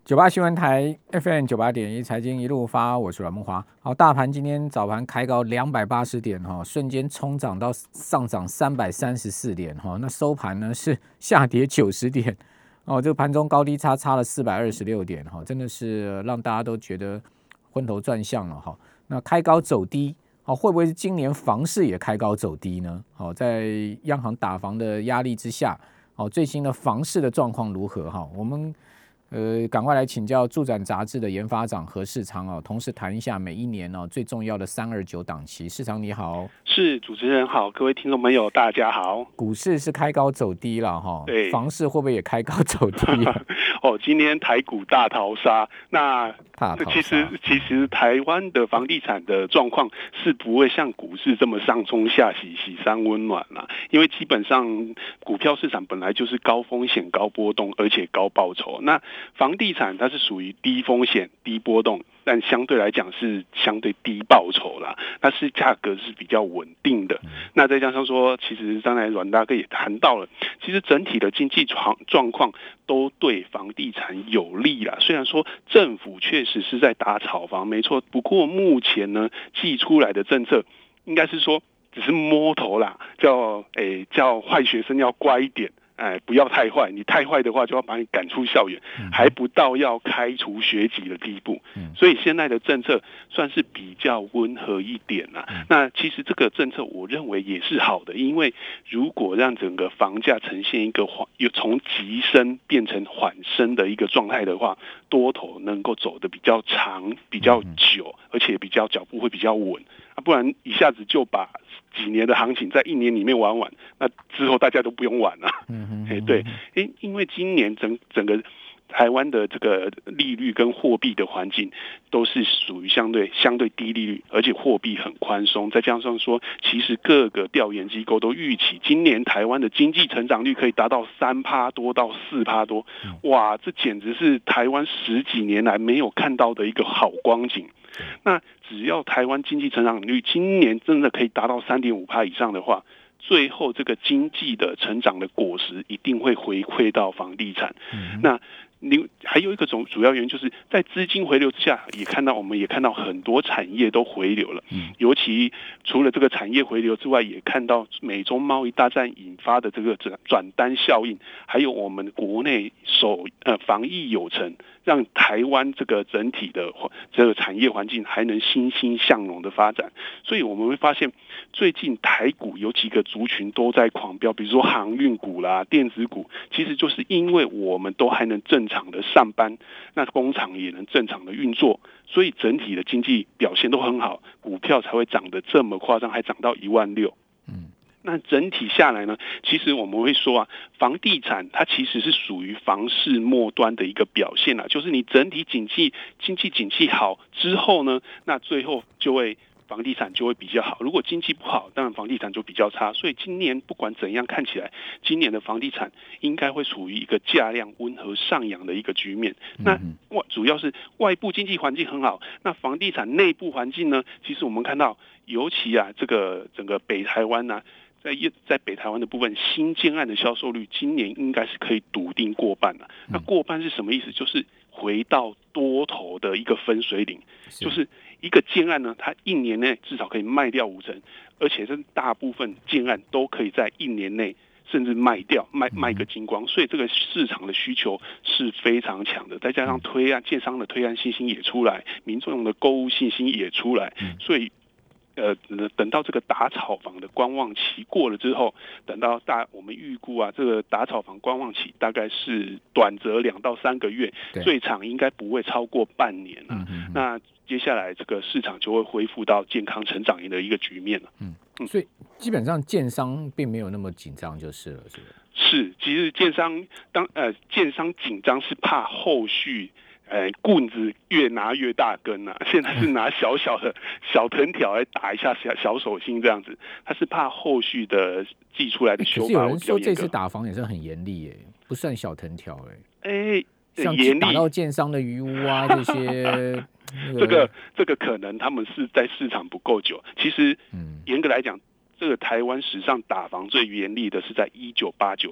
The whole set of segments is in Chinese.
98新闻台 FM 98.1财经一路发，我是阮梦华。好，大盘今天早盘开高280点哈，瞬间冲涨到上涨334点哈，那收盘呢是下跌90点哦，这个盘中高低差了426点哈，真的是让大家都觉得昏头转向了哈。那开高走低，好，会不会是今年房市也开高走低呢？好，在央行打房的压力之下，好，最新的房市的状况如何哈？我们赶快来请教住展杂志的研发长何世昌哦，同时谈一下每一年哦最重要的329档期。世昌你好。 是，主持人好，各位听众朋友大家好。 股市是开高走低了哈， 对， 房市会不会也开高走低？ 哦，今天台股大逃杀，那其实台湾的房地产的状况是不会像股市这么上冲下洗，洗三温暖啦。因为基本上股票市场本来就是高风险、高波动，而且高报酬。那房地产它是属于低风险、低波动，但相对来讲是相对低报酬啦，那是价格是比较稳定的。那再加上说，其实刚才阮大哥也谈到了，其实整体的经济状况都对房地产有利啦。虽然说政府确实是在打炒房，没错，不过目前呢，寄出来的政策应该是说只是摸头啦，叫坏学生要乖一点。不要太坏，你太坏的话就要把你赶出校园，还不到要开除学籍的地步。所以现在的政策算是比较温和一点啦。那其实这个政策我认为也是好的，因为如果让整个房价呈现一个从急升变成缓升的一个状态的话，多头能够走得比较长、比较久，而且脚步会比较稳。不然一下子就把几年的行情在1年里面玩完，那之后大家都不用玩了。对，因为今年整个台湾的这个利率跟货币的环境都是属于相对低利率，而且货币很宽松，再加上说，其实各个调研机构都预期今年台湾的经济成长率可以达到3%多到4%多，哇，这简直是台湾10几年来没有看到的一个好光景。那只要台湾经济成长率今年真的可以达到3.5%以上的话，最后这个经济的成长的果实一定会回馈到房地产。那还有一个主要原因就是在资金回流之下，我们也看到很多产业都回流了。尤其除了这个产业回流之外，也看到美中贸易大战引发的这个转单效应，还有我们国内防疫有成，让台湾这个整体的这个产业环境还能欣欣向荣的发展。所以我们会发现，最近台股有几个族群都在狂飙，比如说航运股啦、电子股，其实就是因为我们都还能正常的上班，那工厂也能正常的运作，所以整体的经济表现都很好，股票才会涨得这么夸张，还涨到16000。那整体下来呢，其实我们会说啊，房地产它其实是属于房市末端的一个表现啊，就是你整体经济景气好之后呢，那最后房地产就会比较好。如果经济不好，当然房地产就比较差。所以今年不管怎样，看起来今年的房地产应该会处于一个价量温和上扬的一个局面。那主要是外部经济环境很好，那房地产内部环境呢，其实我们看到，尤其啊这个整个北台湾啊，在北台湾的部分，新建案的销售率今年应该是可以笃定过半了。那过半是什么意思？就是回到多头的一个分水岭，就是一个建案呢，它1年内至少可以卖掉50%，而且这大部分建案都可以在1年内甚至卖个精光，所以这个市场的需求是非常强的。再加上建商的推案信心也出来，民众的购物信心也出来，所以等到这个打炒房的观望期过了之后，等到我们预估啊，这个打炒房观望期大概是短则2到3个月，最长应该不会超过半年啊。那接下来这个市场就会恢复到健康成长的一个局面了。 所以基本上建商并没有那么紧张就是了，是不是？ 是，其实建商紧张是怕后续。棍子越拿越大根啊！现在是拿小藤条来打一下小手心这样子，他是怕后续的寄出来的修法。可是有人说这次打房也是很严厉耶，不算小藤条像打到建商的余屋啊这些。 这个可能他们是在市场不够久。其实严格来讲，这个台湾史上打房最严厉的是在1989年。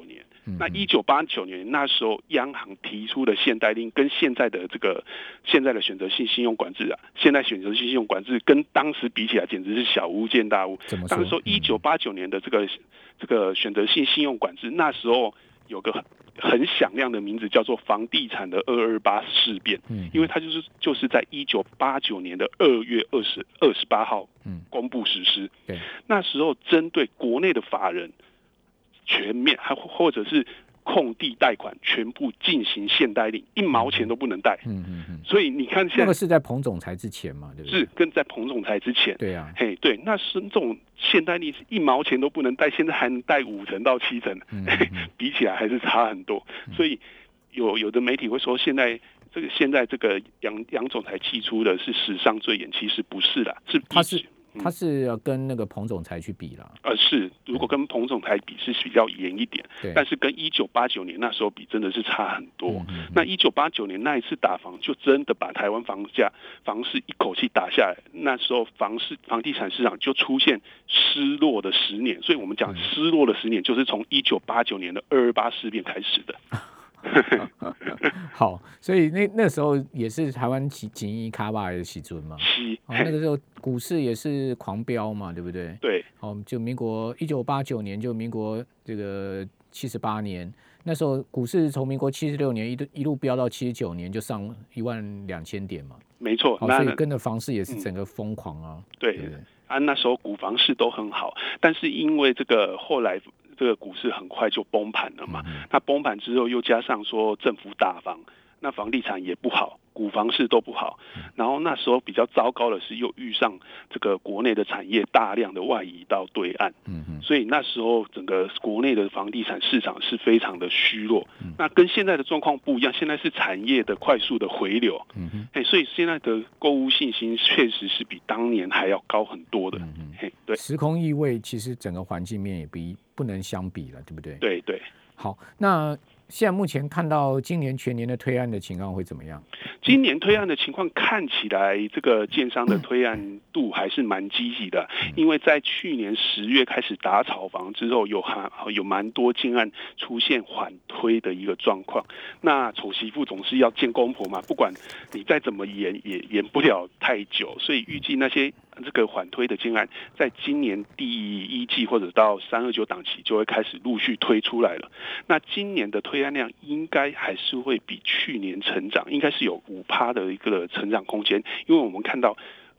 那1989年那时候央行提出的限贷令跟现在的选择性信用管制啊，现在选择性信用管制跟当时比起来简直是小巫见大巫。当时说1989年的这个选择性信用管制，那时候有个很响亮的名字叫做房地产的228事变，因为它就是在1989年的2月28号公布实施。那时候针对国内的法人全面或者是空地贷款全部进行限贷令，1毛钱都不能贷。所以你看现在那个是在彭总裁之前嘛，对不对？ 是跟在彭总裁之前。 对啊， 对，那是这种限贷令是1毛钱都不能贷，现在还能贷5成到7成，比起来还是差很多。所以有的媒体会说，现在这个杨总裁提出的是史上最严，其实不是啦， 他是要跟那个彭总裁去比啦。 是，如果跟彭总裁比是比较严一点，但是跟1989年那时候比真的是差很多。那1989年那一次打房，就真的把台湾房市一口气打下来。那时候房地产市场就出现失落的10年，所以我们讲失落的10年，就是从1989年的228事变开始的。 好，所以那时候也是台湾紧衣卡巴的时阵嘛，那个时候股市也是狂飙嘛，对不对？ 对， 就民国1989年，就民国这个78年，那时候股市从民国76年一路飙到79年，就上12000点嘛。 没错， 所以跟着房市也是整个疯狂啊。 对那时候股房市都很好，但是因为这个后来这个股市很快就崩盘了嘛，那崩盘之后又加上说政府打房，那房地产也不好，股房市都不好，然后那时候比较糟糕的是又遇上这个国内的产业大量的外移到对岸，所以那时候整个国内的房地产市场是非常的虚弱，那跟现在的状况不一样，现在是产业的快速的回流，所以现在的购物信心确实是比当年还要高很多的。对， 时空意味其实整个环境面也不能相比了，对不对？ 对。 好，那现在目前看到今年全年的推案的情况会怎么样？ 今年推案的情况看起来，这个建商的推案度还是蛮积极的，因为在去年10月开始打炒房之后，有蛮多建案出现缓推的一个状况。那丑媳妇总是要见公婆嘛，不管你再怎么延，也延不了太久，所以预计那些这个缓推的建案，在今年第1季或者到329档期就会开始陆续推出来了。那今年的推案量应该还是会比去年成长，应该是有5%的一个成长空间，因为我们看到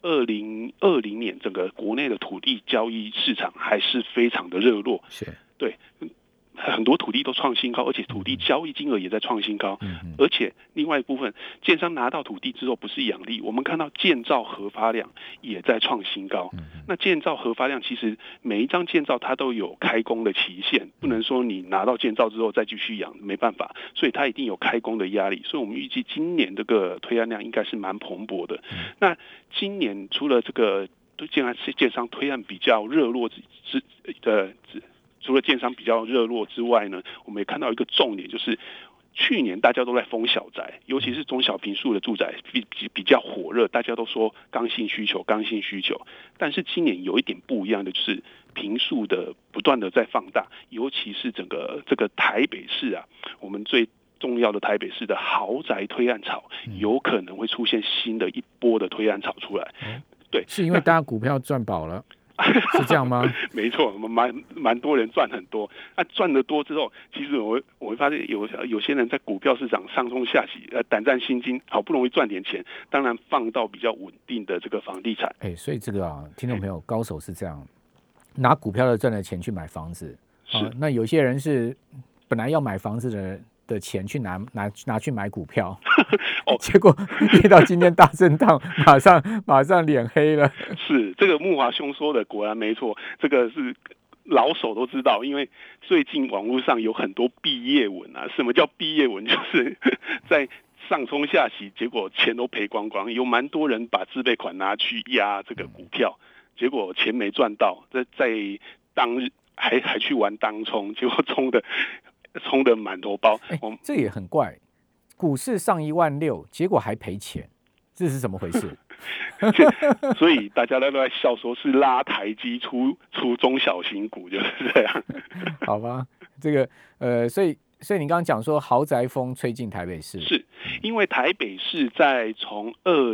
2020年整个国内的土地交易市场还是非常的热络，对。很多土地都创新高，而且土地交易金额也在创新高，而且另外一部分建商拿到土地之后不是养利，我们看到建造核发量也在创新高。那建造核发量其实每一张建造它都有开工的期限，不能说你拿到建造之后再继续养，没办法，所以它一定有开工的压力。所以我们预计今年这个推案量应该是蛮蓬勃的。那今年除了这个建商推案比较热络除了建商比较热络之外呢，我们也看到一个重点，就是去年大家都在封小宅，尤其是中小坪数的住宅比较火热，大家都说刚性需求。但是今年有一点不一样的，就是坪数的不断的在放大，尤其是整个这个台北市啊，我们最重要的台北市的豪宅推案潮，有可能会出现新的一波的推案潮出来。对， 是因为大家股票赚饱了。是这样吗？ 没错，我们蛮多人赚很多。那赚得多之后，其实我会发现有些人在股票市场上冲下洗，胆战心惊，好不容易赚点钱，当然放到比较稳定的这个房地产。 所以这个听众朋友，高手是这样，拿股票的赚的钱去买房子。那有些人是本来要买房子的钱去拿去买股票，结果遇到今天大震荡，马上脸黑了。 是这个木华兄说的果然没错，这个是老手都知道，因为最近网络上有很多毕业文啊。什么叫毕业文？就是在上冲下洗，结果钱都赔光光，有蛮多人把自备款拿去压这个股票，结果钱没赚到，在当日还去玩当冲，结果冲的满头包。 这也很怪，股市上16000，结果还赔钱。 这是怎么回事？ 所以大家都在笑说是拉台积出中小型股，就是这样。 好吧，这个所以你刚刚讲说豪宅风吹进台北市， 是因为台北市在从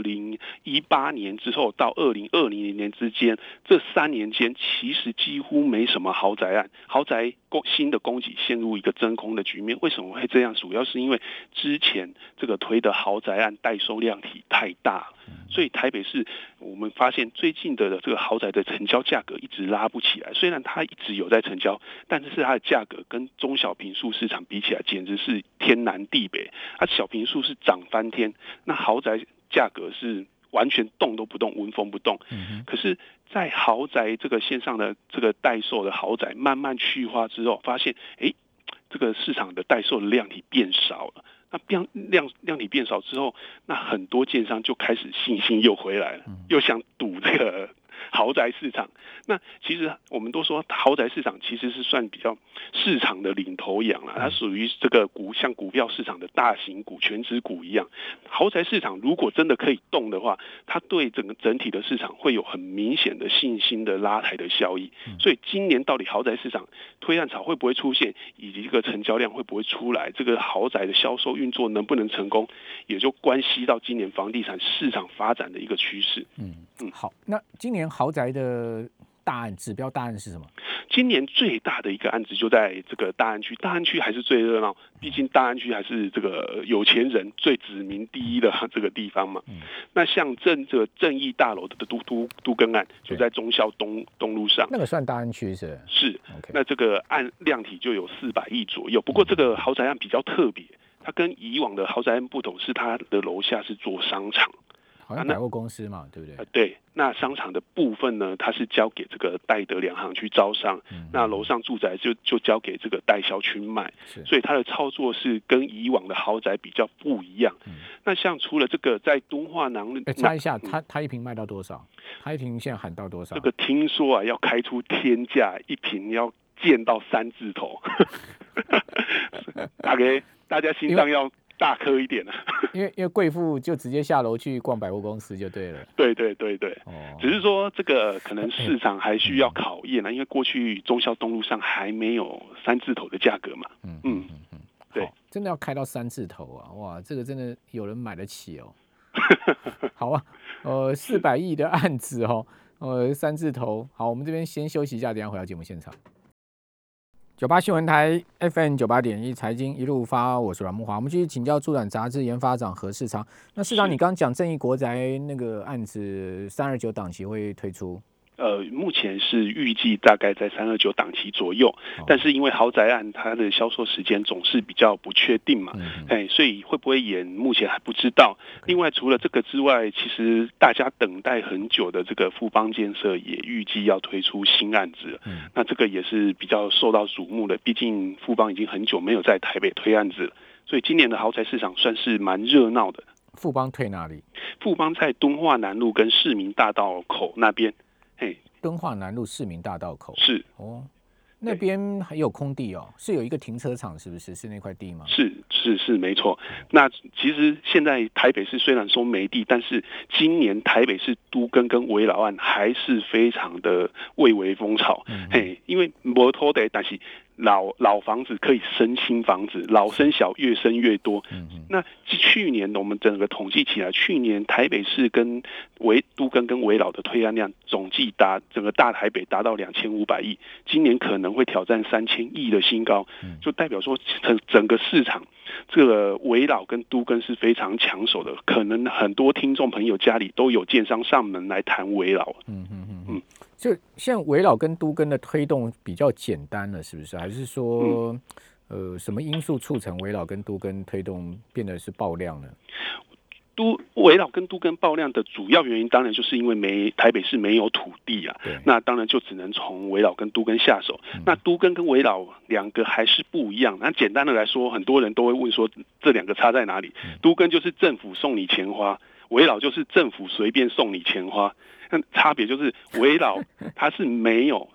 2018年之后到2020年之间，这3年间其实几乎没什么豪宅案，豪宅新的供给陷入一个真空的局面。为什么会这样？主要是因为之前这个推的豪宅案代售量体太大了，所以台北市我们发现最近的这个豪宅的成交价格一直拉不起来。虽然它一直有在成交，但是它的价格跟中小坪数市场比起来，简直是天南地北。小坪数是涨翻天，那豪宅价格是完全动都不动，纹风不动。可是，在豪宅这个线上的这个代售的豪宅慢慢去化之后，发现这个市场的代售的量体变少了。那量体变少之后，那很多建商就开始信心又回来了，又想赌这个豪宅市场。那其实我们都说豪宅市场其实是算比较市场的领头羊啦，它属于这个像股票市场的大型股、权值股一样。豪宅市场如果真的可以动的话，它对整体的市场会有很明显的信心的拉抬的效益。所以今年到底豪宅市场推案潮会不会出现，以及这个成交量会不会出来，这个豪宅的销售运作能不能成功，也就关系到今年房地产市场发展的一个趋势。 好，那今年豪宅的大案指标大案是什么？ 今年最大的一个案子就在这个大安区，大安区还是最热闹，毕竟大安区还是这个有钱人最指名第一的这个地方嘛。那像这个正义大楼的都更案，就在忠孝东路上， 那个算大安区是？ 是。那这个案量体就有400亿左右，不过这个豪宅案比较特别，它跟以往的豪宅案不同，是它的楼下是做商场。 好像百货公司嘛，对不对？ 对，那商场的部分呢，它是交给这个戴德梁行去招商，那楼上住宅就交给这个代销去卖，所以它的操作是跟以往的豪宅比较不一样。那像除了这个在敦化南路， 查一下，它一坪卖到多少？它一坪现在喊到多少？ 这个听说啊，要开出天价，一坪要见到3字头，大家心脏要大颗一点啊， 因为贵妇就直接下楼去逛百货公司就对了。 对，只是说这个可能市场还需要考验啊，因为过去忠孝东路上还没有3字头的价格嘛。对， 真的要开到3字头啊！哇，这个真的有人买得起哦。好啊，400亿的案子哦，3字头。好，我们这边先休息一下，等一下回到节目现场。98新闻台 FM 98.1财经一路发，我是阮慕骅。我们继续请教助展杂志研发长何世昌。那市长，你刚刚讲正义国宅那个案子329档期会推出？ 目前是预计大概在329档期左右，但是因为豪宅案它的销售时间总是比较不确定嘛，所以会不会延，目前还不知道。另外除了这个之外，其实大家等待很久的这个富邦建设也预计要推出新案子，那这个也是比较受到瞩目的，毕竟富邦已经很久没有在台北推案子了，所以今年的豪宅市场算是蛮热闹的。 富邦推哪里？ 富邦在敦化南路跟市民大道口那边。 敦化南路市民大道口是哦，那边还有空地哦，是有一个停车场，是不是？是那块地吗？ 是没错。那其实现在台北市虽然说没地，但是今年台北市都更跟危老案还是非常的蔚为风潮。因为没土地，但是老房子可以生新房子，老生小越生越多。那去年我们整个统计起来，去年台北市跟都更跟危老的推案量总计整个大台北达到2500亿，今年可能会挑战3000亿的新高，就代表说整个市场这个危老跟都更是非常抢手的，可能很多听众朋友家里都有建商上门来谈危老。 就现在危老跟都更的推动比较简单了，是不是？还是说什么因素促成危老跟都更推动变得是爆量呢？ 危老跟都更爆量的主要原因，当然就是因为台北市没有土地啊，那当然就只能从危老跟都更下手。那都更跟危老两个还是不一样。那简单的来说，很多人都会问说这两个差在哪里？都更就是政府送你钱花，危老就是政府随便送你钱花。那差别就是危老它是没有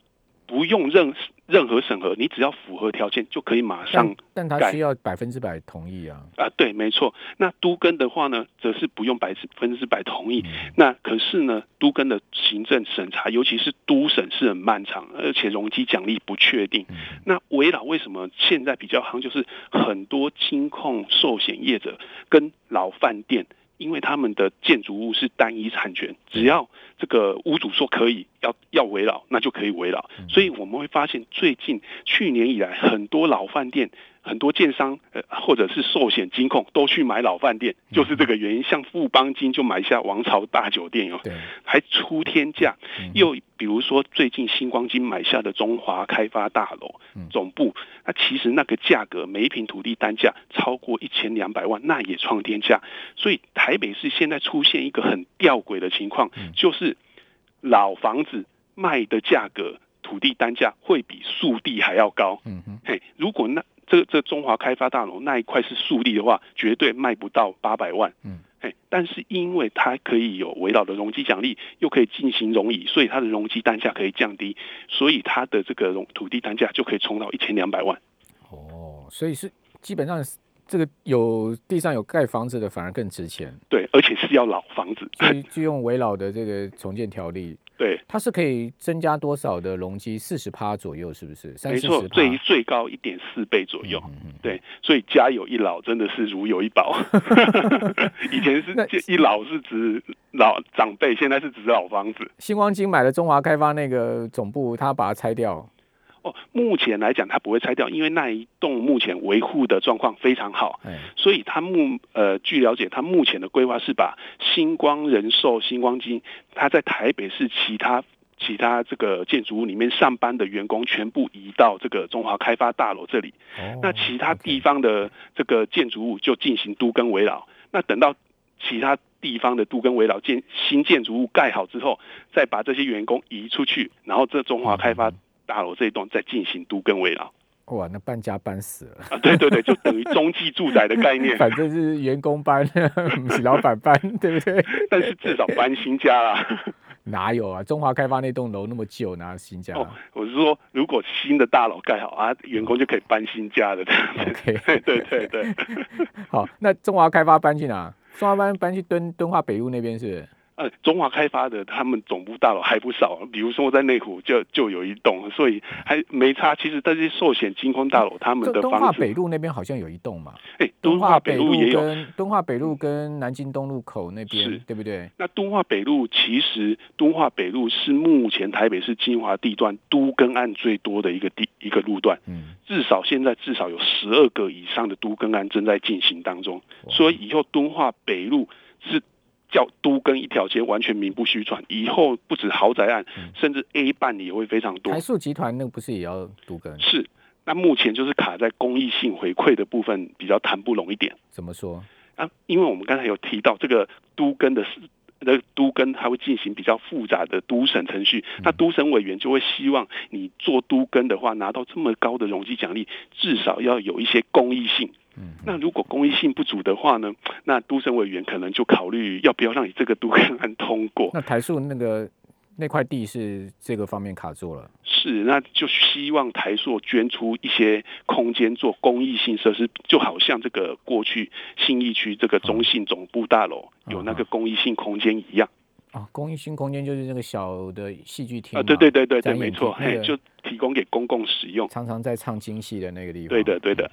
不用任何审核，你只要符合条件就可以马上盖。 但它需要100%同意啊。 对，没错。那都更的话呢，则是不用100%同意。那可是呢，都更的行政审查，尤其是都审是很漫长，而且容积奖励不确定。那危老为什么现在比较夯？就是很多金控寿险业者跟老饭店。因为他们的建筑物是单一产权，只要这个屋主说可以要危老，那就可以危老。所以我们会发现，去年以来，很多老饭店、很多建商或者是寿险金控都去买老饭店，就是这个原因。像富邦金就买下王朝大酒店还出天价。又比如说最近星光金买下的中华开发大楼总部，那其实那个价格每一坪土地单价超过1200万，那也创天价。所以台北市现在出现一个很吊诡的情况，就是老房子卖的价格土地单价会比素地还要高。如果这中华开发大楼那一块是素地的话，绝对卖不到800万。但是因为它可以有危老的容积奖励，又可以进行容拟，所以它的容积单价可以降低，所以它的这个土地单价就可以冲到1200万。 所以是基本上这个地上有盖房子的反而更值钱。 对，而且是要老房子， 所以就用危老的这个重建条例。 对， 它是可以增加多少的容积？40%左右，是不是？30-40%？ 没错，最高1.4倍左右。对，所以家有一老真的是如有一宝。以前是一老是指长辈，现在是指老房子。 星光金买了中华开发那个总部，他把它拆掉。 目前来讲，它不会拆掉，因为那一栋目前维护的状况非常好，所以据了解，它目前的规划是把星光人寿、星光金，它在台北市其他这个建筑物里面上班的员工全部移到这个中华开发大楼这里。那其他地方的这个建筑物就进行都更危老。那等到其他地方的都更危老新建筑物盖好之后，再把这些员工移出去，然后这中华开发大楼这一栋再进行都更危老。 哇，那搬家搬死了。 对，就等于中继住宅的概念。 反正是员工搬，不是老板搬，对不对？ 但是至少搬新家啦。 哪有啊？中华开发那栋楼那么旧，哪有新家？ 我是说，如果新的大楼盖好啊，员工就可以搬新家的。 OK， 对。 好，那中华开发搬去哪？中华搬去敦化北路那边是不是？ 中华开发的他们总部大楼还不少，比如说在内湖就有一栋，所以还没差。其实这些寿险金控大楼他们的房子， 敦化北路那边好像有一栋嘛。 敦化北路也有， 敦化北路跟南京东路口那边，对不对？ 那敦化北路其实敦化北路是目前台北市精华地段都更案最多的一个路段，现在至少有12个以上的都更案正在进行当中，所以以后敦化北路是叫都更一条街，完全名不虚传。以后不止豪宅案，甚至 A 办也会非常多。 台塑集团那个不是也要都更？ 是，那目前就是卡在公益性回馈的部分比较谈不拢一点。 怎么说？ 因为我们刚才有提到这个都更还会进行比较复杂的都审程序，那都审委员就会希望你做都更的话，拿到这么高的容积奖励，至少要有一些公益性。那如果公益性不足的话呢，那都审委员可能就考虑要不要让你这个都更案通过。 那台塑那块地是这个方面卡住了， 是，那就希望台塑捐出一些空间做公益性设施，就好像这个过去信义区这个中信总部大楼有那个公益性空间一样。 公益性空间就是那个小的戏剧厅。 对，没错，就提供给公共使用， 常常在唱京戏的那个地方。 对的。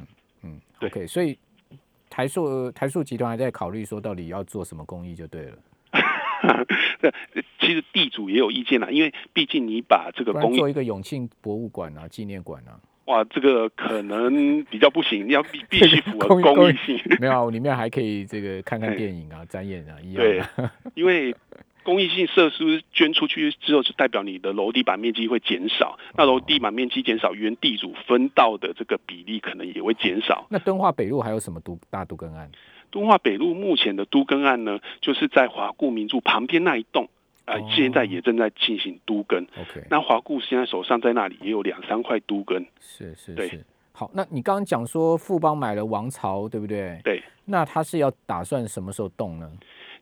OK， 所以台塑集团还在考虑说到底要做什么公益就对了。 其实地主也有意见啦，因为毕竟你把这个公益做一个永庆博物馆啊、纪念馆啊， 哇，这个可能比较不行，要必须符合公益性。 没有，里面还可以这个看看电影啊、展演啊一样。 对，因为公益性设施捐出去之后，就代表你的楼地板面积会减少。那楼地板面积减少，原地主分到的这个比例可能也会减少。 那敦化北路还有什么大都更案？ 敦化北路目前的都更案呢，就是在华固名著旁边那一栋，现在也正在进行都更。那华固现在手上在那里也有2-3块都更。 是。好，那你刚刚讲说富邦买了王朝，对不对？ 对。 那他是要打算什么时候动呢？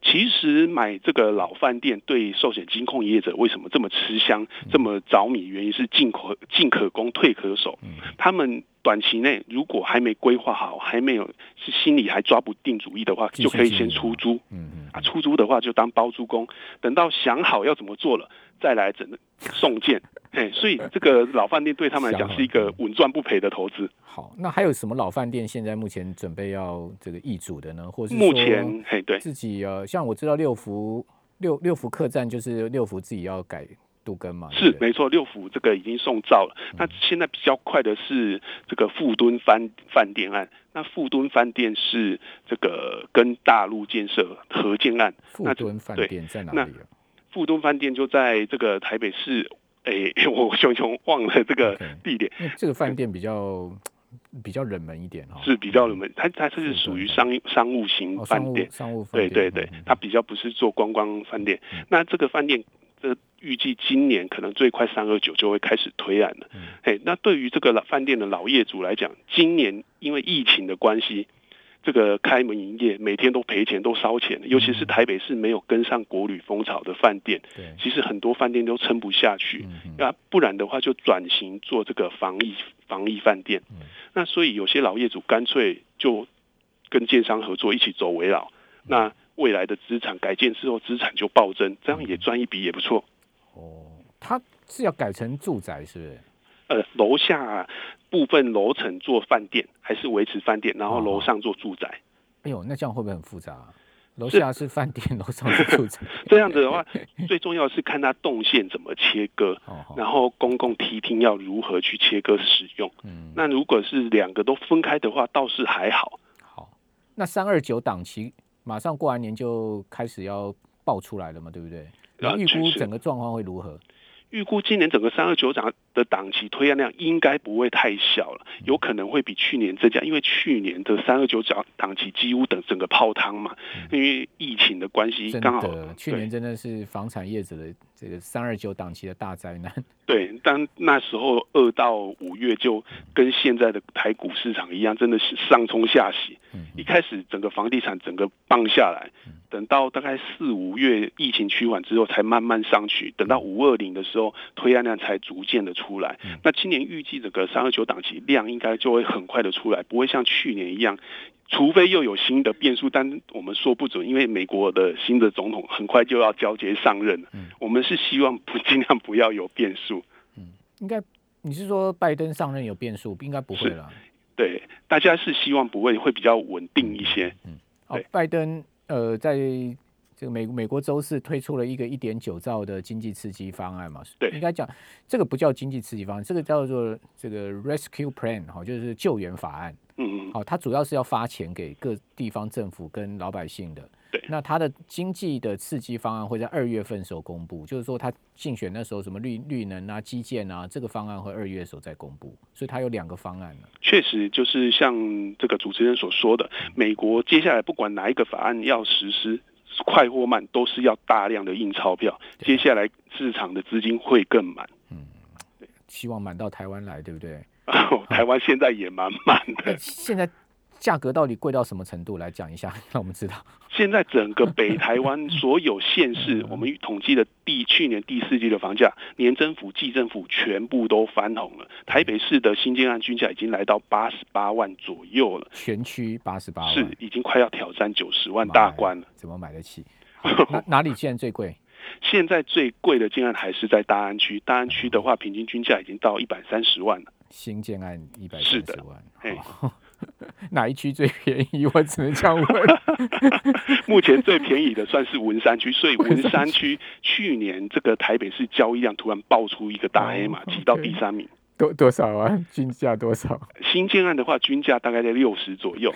其实买这个老饭店对寿险金控业者为什么这么吃香、这么着迷？原因是进可攻，退可守。他们短期内如果还没规划好，还没有是心里还抓不定主意的话，就可以先出租。出租的话就当包租公，等到想好要怎么做了，再来送件。所以这个老饭店对他们来讲是一个稳赚不赔的投资。 好，那还有什么老饭店现在目前准备要这个易主的呢？或是目前对自己像我知道六福客栈就是六福自己要改都更嘛， 是没错，六福这个已经送照了。那现在比较快的是这个富敦饭店案。那富敦饭店是这个跟大陆建设合建案。 富敦饭店在哪里？ 富敦饭店就在这个台北市。我熊忘了这个地点。 这个饭店比较冷门一点是比较冷门，它是属于商务型饭店。 商务饭店， 对，它比较不是做观光饭店。那这个饭店预计今年可能最快329就会开始推案了。那对于这个饭店的老业主来讲，今年因为疫情的关系，这个开门营业每天都赔钱都烧钱，尤其是台北市没有跟上国旅风潮的饭店，其实很多饭店都撑不下去。不然的话就转型做这个防疫饭店。那所以有些老业主干脆就跟建商合作一起走危老，那未来的资产改建之后资产就暴增，这样也赚一笔也不错。 它是要改成住宅是不是？ 楼下部分楼层做饭店，还是维持饭店，然后楼上做住宅。 哎呦，那这样会不会很复杂？楼下是饭店，楼上是住宅。 这样子的话，最重要是看它动线怎么切割，然后公共梯厅要如何去切割使用。那如果是两个都分开的话，倒是还好。 好，那329档期马上过完年就开始要爆出来了嘛，对不对？预估整个状况会如何？ 预估今年整个329的档期推案量应该不会太小了，有可能会比去年增加，因为去年的329档期几乎整个泡汤嘛，因为疫情的关系，刚好去年真的是房产业者的这个329档期的大灾难。 对，但那时候2到5月就跟现在的台股市场一样，真的是上冲下洗。一开始整个房地产整个棒下来，等到大概4、5月疫情趋缓之后才慢慢上去，等到520的时候推案量才逐渐的出来。那今年预计这个329档期量应该就会很快的出来，不会像去年一样，除非又有新的变数，但我们说不准，因为美国的新的总统很快就要交接上任了。我们是希望尽量不要有变数。 应该你是说拜登上任有变数？应该不会啦。 对，大家是希望不会，会比较稳定一些。 拜登在这个美国周四推出了一个1.9兆的经济刺激方案嘛？对，应该讲这个不叫经济刺激方案，这个叫做这个 Rescue Plan， 就是救援法案。它主要是要发钱给各地方政府跟老百姓的。 对， 那它的经济的刺激方案会在2月份的时候公布，就是说他竞选那时候什么绿能啊、基建啊，这个方案会2月的时候再公布，所以它有2个方案了。 确实，就是像这个主持人所说的，美国接下来不管哪一个法案要实施，快或慢，都是要大量的印钞票，接下来市场的资金会更满。 希望满到台湾来，对不对？ 台湾现在也蛮满的。 现在价格到底贵到什么程度？来讲一下，让我们知道。 现在整个北台湾所有县市，我们统计的去年第4季的房价，年增幅、季增幅全部都翻红了。台北市的新建案均价已经来到88万左右了， 全区88万， 是已经快要挑战90万大关了。 怎么买得起？哪里现在最贵？ 现在最贵的建案还是在大安区，大安区的话，平均均价已经到130万了。 新建案130万，哪一区最便宜？我只能这样问。 目前最便宜的算是文山区，所以文山区去年这个台北市交易量突然爆出一个大黑马，挤到第3名。 多少啊？均价多少？ 新建案的话，均价大概在60左右。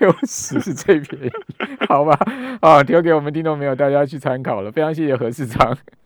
60是最便宜，好吧？提供给我们听众朋友大家去参考了。非常谢谢何市长。